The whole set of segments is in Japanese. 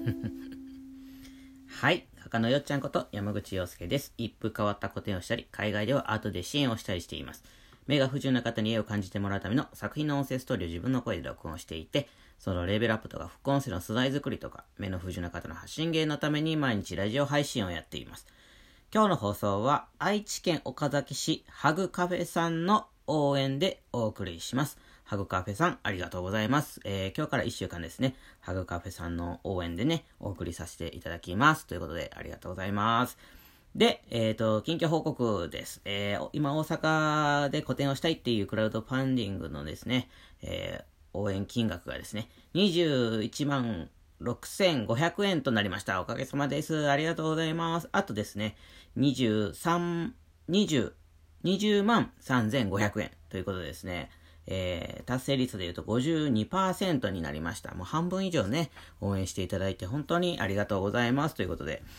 はい。画家のよっちゃんこと山口洋介です。一風変わった個展をしたり、海外ではアートで支援をしたりしています。目が不自由な方に絵を感じてもらうための作品の音声ストーリーを自分の声で録音していて、そのレベルアップとか副音声の素材作りとか、目の不自由な方の発信芸のために毎日ラジオ配信をやっています。今日の放送は愛知県岡崎市ハグカフェさんの応援でお送りします。ハグカフェさんありがとうございます。今日から1週間ですね、ハグカフェさんの応援でね、お送りさせていただきます。ということでありがとうございます。で、近況報告です。今大阪で個展をしたいっていうクラウドファンディングのですね、応援金額がですね、21万6500円となりました。おかげさまです。ありがとうございます。あとですね、20万3500円ということでですね、達成率で言うと 52% になりました。もう半分以上ね、応援していただいて本当にありがとうございますということで、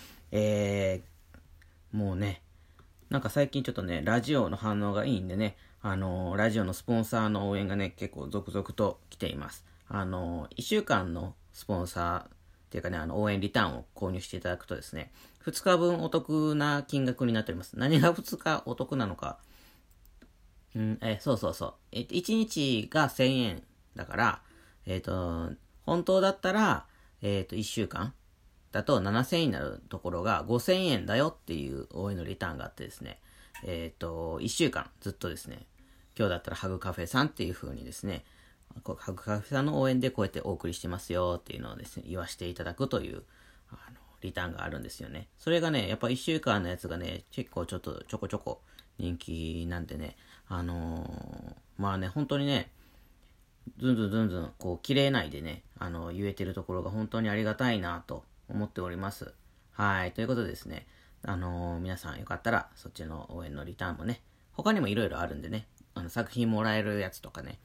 もうね、なんか最近ちょっとね、ラジオの反応がいいんでね、ラジオのスポンサーの応援がね、結構続々と来ています。1週間のスポンサーっていうかね、応援リターンを購入していただくとですね、2日分お得な金額になっております。何が2日お得なのか。そうそうそう。1日が1000円だから、本当だったら、1週間だと7000円になるところが5000円だよっていう応援のリターンがあってですね、1週間ずっとですね、今日だったらハグカフェさんっていう風にですね、ハグカフェさんの応援でこうやってお送りしてますよっていうのをですね、言わせていただくという、リターンがあるんですよね。それがね、やっぱ1週間のやつがね、結構ちょこちょこ人気なんでね、まあね、本当にね、ずんずん、こう、切れないでね、言えてるところが本当にありがたいなと思っております。はい、ということでですね、皆さんよかったら、そっちの応援のリターンもね、他にもいろいろあるんでね、作品もらえるやつとかね、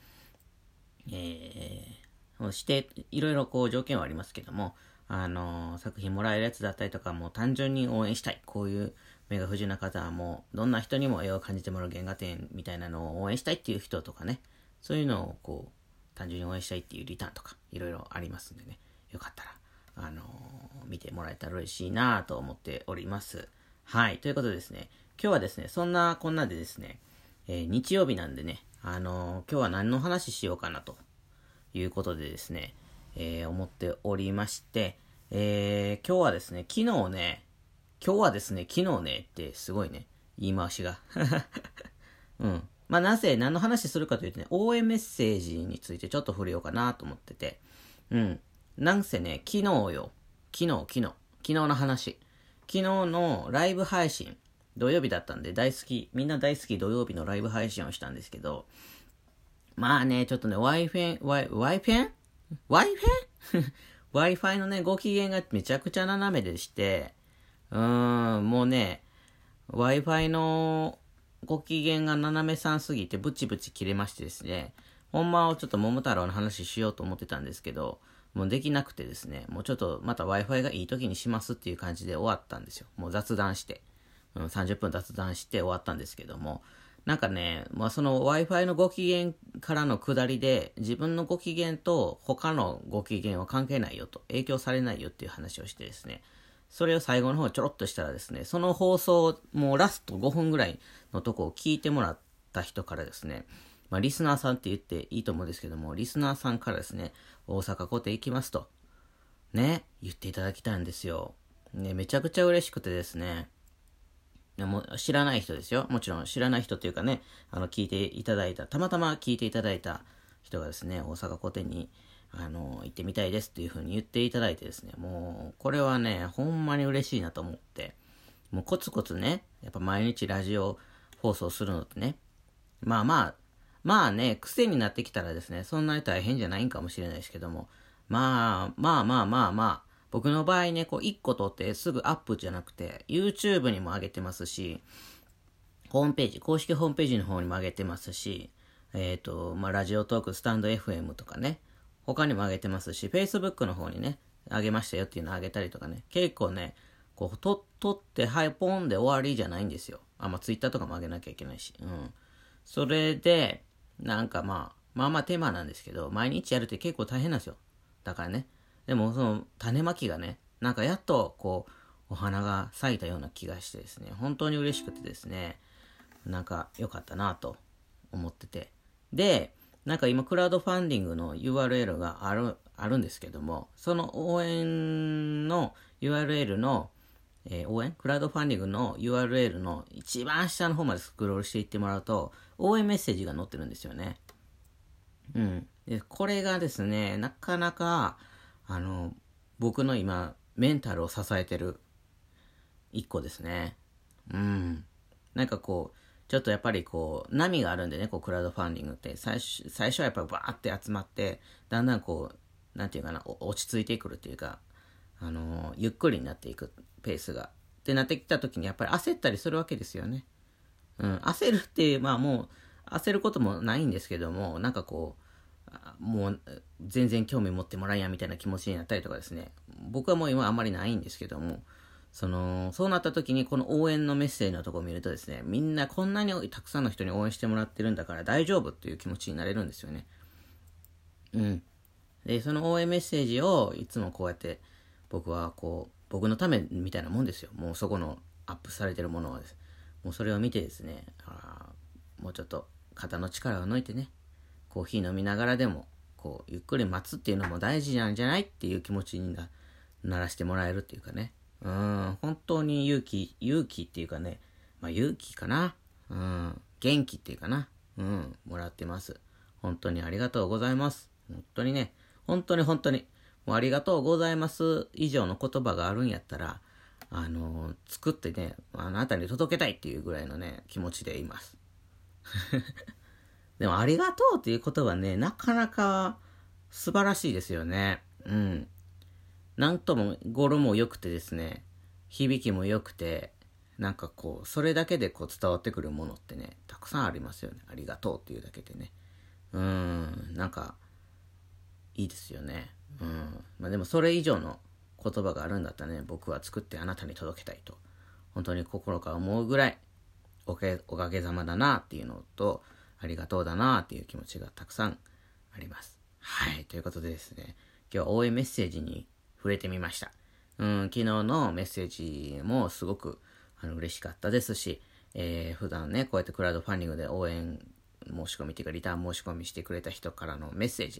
いろいろこう条件はありますけども、作品もらえるやつだったりとか、もう単純に応援したい。こういう目が不自由な方はもう、どんな人にも絵を感じてもらう原画展みたいなのを応援したいっていう人とかね、そういうのをこう、単純に応援したいっていうリターンとか、いろいろありますんでね、よかったら、見てもらえたら嬉しいなと思っております。はい、ということでですね、今日はですね、そんなこんなでですね、日曜日なんでね、今日は何の話しようかなということでですね、思っておりまして、今日はですね、昨日ねってすごいね、言い回しが。うん。まあ、何の話するかというとね、応援メッセージについてちょっと触れようかなと思ってて。うん。なんせね、昨日の話。昨日のライブ配信、土曜日だったんでみんな大好き土曜日のライブ配信をしたんですけど、まあね、ちょっとね、Wi-Fi のね、ご機嫌がめちゃくちゃ斜めでして、もうね、Wi-Fi のご機嫌が斜めさんすぎてブチブチ切れましてですね、ほんまはちょっと桃太郎の話しようと思ってたんですけど、もうできなくてですね、もうちょっとまた Wi-Fi がいい時にしますっていう感じで終わったんですよ。もう雑談して。30分雑談して終わったんですけども、なんかね、まあ、その Wi-Fi のご機嫌からの下りで、自分のご機嫌と他のご機嫌は関係ないよと、影響されないよっていう話をしてですね、それを最後の方ちょろっとしたらですね、その放送、もうラスト5分ぐらいのとこを聞いてもらった人からですね、まあ、リスナーさんって言っていいと思うんですけども、リスナーさんからですね、大阪コテ行きますと、ね、言っていただきたいんですよ。ね、めちゃくちゃ嬉しくてですね、もう知らない人ですよ。もちろん知らない人っていうかね、聞いていただいた、たまたま聞いていただいた人がですね、大阪古典に、行ってみたいですっていう風に言っていただいてですね、もう、これはね、ほんまに嬉しいなと思って、もうコツコツね、やっぱ毎日ラジオ放送するのってね、まあね、癖になってきたらですね、そんなに大変じゃないんかもしれないですけども、まあ、僕の場合ね、こう、1個撮ってすぐアップじゃなくて、YouTube にも上げてますし、公式ホームページの方にも上げてますし、まあ、ラジオトーク、スタンド FM とかね、他にも上げてますし、Facebook の方にね、上げましたよっていうのを上げたりとかね、結構ね、こう、撮って、はい、ポンで終わりじゃないんですよ。まあ、Twitter とかも上げなきゃいけないし、うん。それで、なんかまあ手間なんですけど、毎日やるって結構大変なんですよ。だからね、 でもその種まきがね、なんかやっとこう、お花が咲いたような気がしてですね、本当に嬉しくてですね、なんか良かったなと思ってて。で、なんか今クラウドファンディングの URL があるんですけども、その応援の URL の、クラウドファンディングの URL の一番下の方までスクロールしていってもらうと、応援メッセージが載ってるんですよね。で、これがですね、なかなか、僕の今、メンタルを支えてる一個ですね。なんかこう、ちょっとやっぱりこう、波があるんでね、こう、クラウドファンディングって、最初はやっぱりバーって集まって、だんだんこう、なんていうかな、落ち着いてくるっていうか、ゆっくりになっていくペースが。ってなってきた時にやっぱり焦ったりするわけですよね。焦るって、まあもう、焦ることもないんですけども、なんかこう、もう全然興味持ってもらえんやみたいな気持ちになったりとかですね。僕はもう今あんまりないんですけども、そうなった時にこの応援のメッセージのところを見るとですね、みんなこんなにたくさんの人に応援してもらってるんだから大丈夫っていう気持ちになれるんですよね。で、その応援メッセージをいつもこうやって僕はこう、僕のためみたいなもんですよ。もうそこのアップされてるものはです。もうそれを見てですね、もうちょっと肩の力を抜いてね、コーヒー飲みながらでも、こう、ゆっくり待つっていうのも大事なんじゃないっていう気持ちにならしてもらえるっていうかね。本当に勇気っていうかね、まあ勇気かな。元気っていうかな。もらってます。本当にありがとうございます。本当にね、本当に、もうありがとうございます以上の言葉があるんやったら、作ってね、あなたに届けたいっていうぐらいのね、気持ちでいます。でも、ありがとうっていう言葉ね、なかなか素晴らしいですよね。なんとも語呂も良くてですね、響きも良くて、なんかこう、それだけでこう伝わってくるものってね、たくさんありますよね。ありがとうっていうだけでね。なんか、いいですよね。まあでもそれ以上の言葉があるんだったらね、僕は作ってあなたに届けたいと、本当に心から思うぐらい、おかげさまだなっていうのと、ありがとうだなっていう気持ちがたくさんあります。はい、ということでですね、今日は応援メッセージに触れてみました。昨日のメッセージもすごく嬉しかったですし、普段ね、こうやってクラウドファンディングで応援申し込みっていうか、リターン申し込みしてくれた人からのメッセージ、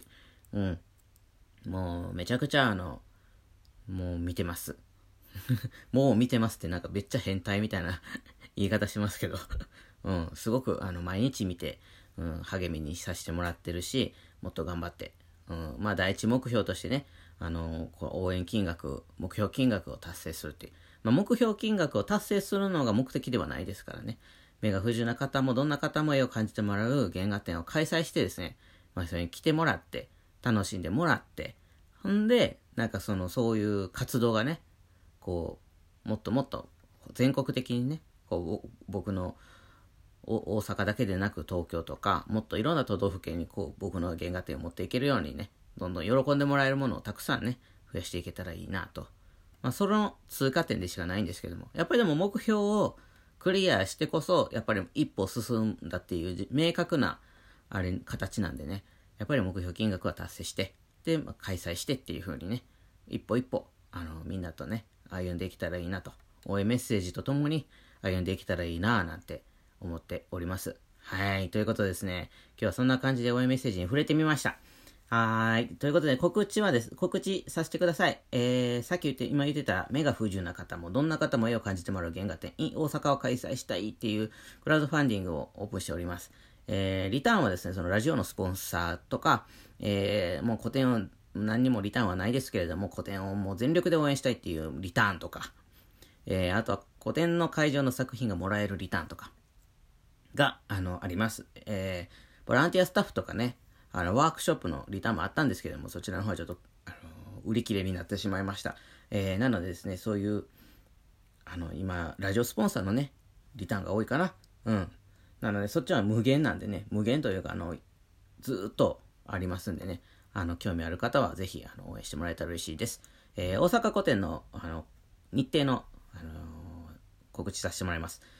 もうめちゃくちゃもう見てます。もう見てますってなんかめっちゃ変態みたいな言い方しますけどすごく毎日見て、励みにさせてもらってるし、もっと頑張って、まあ第一目標としてね、応援金額、目標金額を達成するっていう。まあ、目標金額を達成するのが目的ではないですからね。目が不自由な方もどんな方も絵を感じてもらう原画展を開催してですね、まあそれに来てもらって、楽しんでもらって、ほんで、なんかそういう活動がね、こう、もっともっと全国的にね、こう僕の大阪だけでなく東京とか、もっといろんな都道府県にこう僕の原画展を持っていけるようにね、どんどん喜んでもらえるものをたくさんね、増やしていけたらいいなと。まあ、その通過点でしかないんですけども、やっぱりでも目標をクリアしてこそ、やっぱり一歩進んだっていう明確な、形なんでね、やっぱり目標金額は達成して、で、開催してっていう風にね、一歩一歩、みんなとね、歩んでいけたらいいなと。応援メッセージとともに歩んでいけたらいいななんて思っております。はい。ということでですね、今日はそんな感じで応援メッセージに触れてみました。はい。ということで、告知させてください。さっき今言ってた目が不自由な方も、どんな方も絵を感じてもらう原画展、大阪を開催したいっていうクラウドファンディングをオープンしております。リターンはですね、そのラジオのスポンサーとか、もう個展を、何にもリターンはないですけれども、個展をもう全力で応援したいっていうリターンとか、あとは個展の会場の作品がもらえるリターンとかが、あります。ボランティアスタッフとかね、ワークショップのリターンもあったんですけれども、そちらの方はちょっと、売り切れになってしまいました。なのでですね、そういう、今、ラジオスポンサーのね、リターンが多いかな。なので、そっちは無限なんでね、無限というか、ずーっとありますんでね、興味ある方はぜひ、応援してもらえたら嬉しいです。大阪個展の、日程の、告知させてもらいます。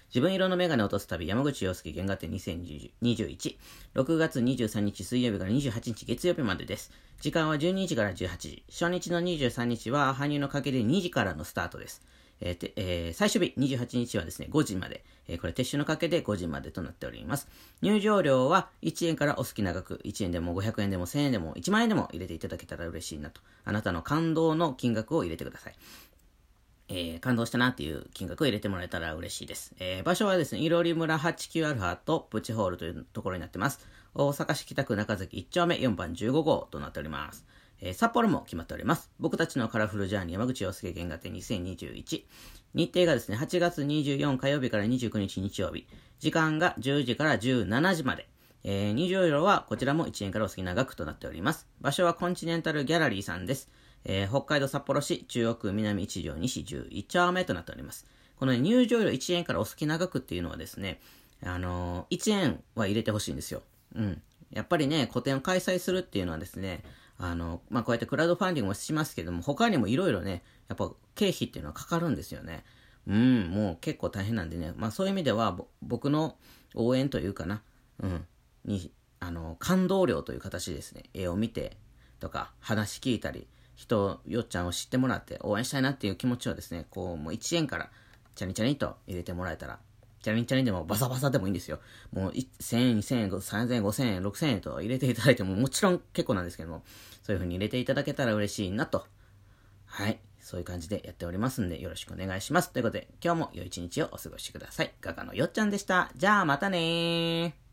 自分色のメガネを落とす旅、山口洋介原画展2021。6月23日水曜日から28日月曜日までです。時間は12時から18時。初日の23日は、羽生の賭けで2時からのスタートです。最終日28日はですね、5時まで。これ、撤収の賭けで5時までとなっております。入場料は1円からお好きな額、1円でも500円でも1000円でも1万円でも入れていただけたら嬉しいなと。あなたの感動の金額を入れてください。感動したなっていう金額を入れてもらえたら嬉しいです。場所はですね、いろり村 89α とプチホールというところになってます。大阪市北区中崎1丁目4番15号となっております。札幌も決まっております。僕たちのカラフルジャーニー山口洋介原画展2021。日程がですね、8月24火曜日から29日日曜日。時間が10時から17時まで。入場料はこちらも1円からお好きな額となっております。場所はコンチネンタルギャラリーさんです。北海道札幌市中央区南一条西11丁目となっております。この、入場料1円からお好きな額っていうのはですね、1円は入れてほしいんですよ。やっぱりね、個展を開催するっていうのはですね、こうやってクラウドファンディングもしますけども、他にもいろいろね、やっぱ経費っていうのはかかるんですよね。もう結構大変なんでね、そういう意味では、僕の応援というかな、感動料という形でですね、絵を見てとか、話聞いたり、よっちゃんを知ってもらって応援したいなっていう気持ちをですね、もう1円からチャリンチャリンと入れてもらえたら、チャリンチャリンでもバサバサでもいいんですよ。もう1000円、2000円、3000円、5000円、6000円と入れていただいてももちろん結構なんですけども、そういう風に入れていただけたら嬉しいなと。はい。そういう感じでやっておりますんでよろしくお願いします。ということで、今日も良い一日をお過ごしください。画家のよっちゃんでした。じゃあまたねー。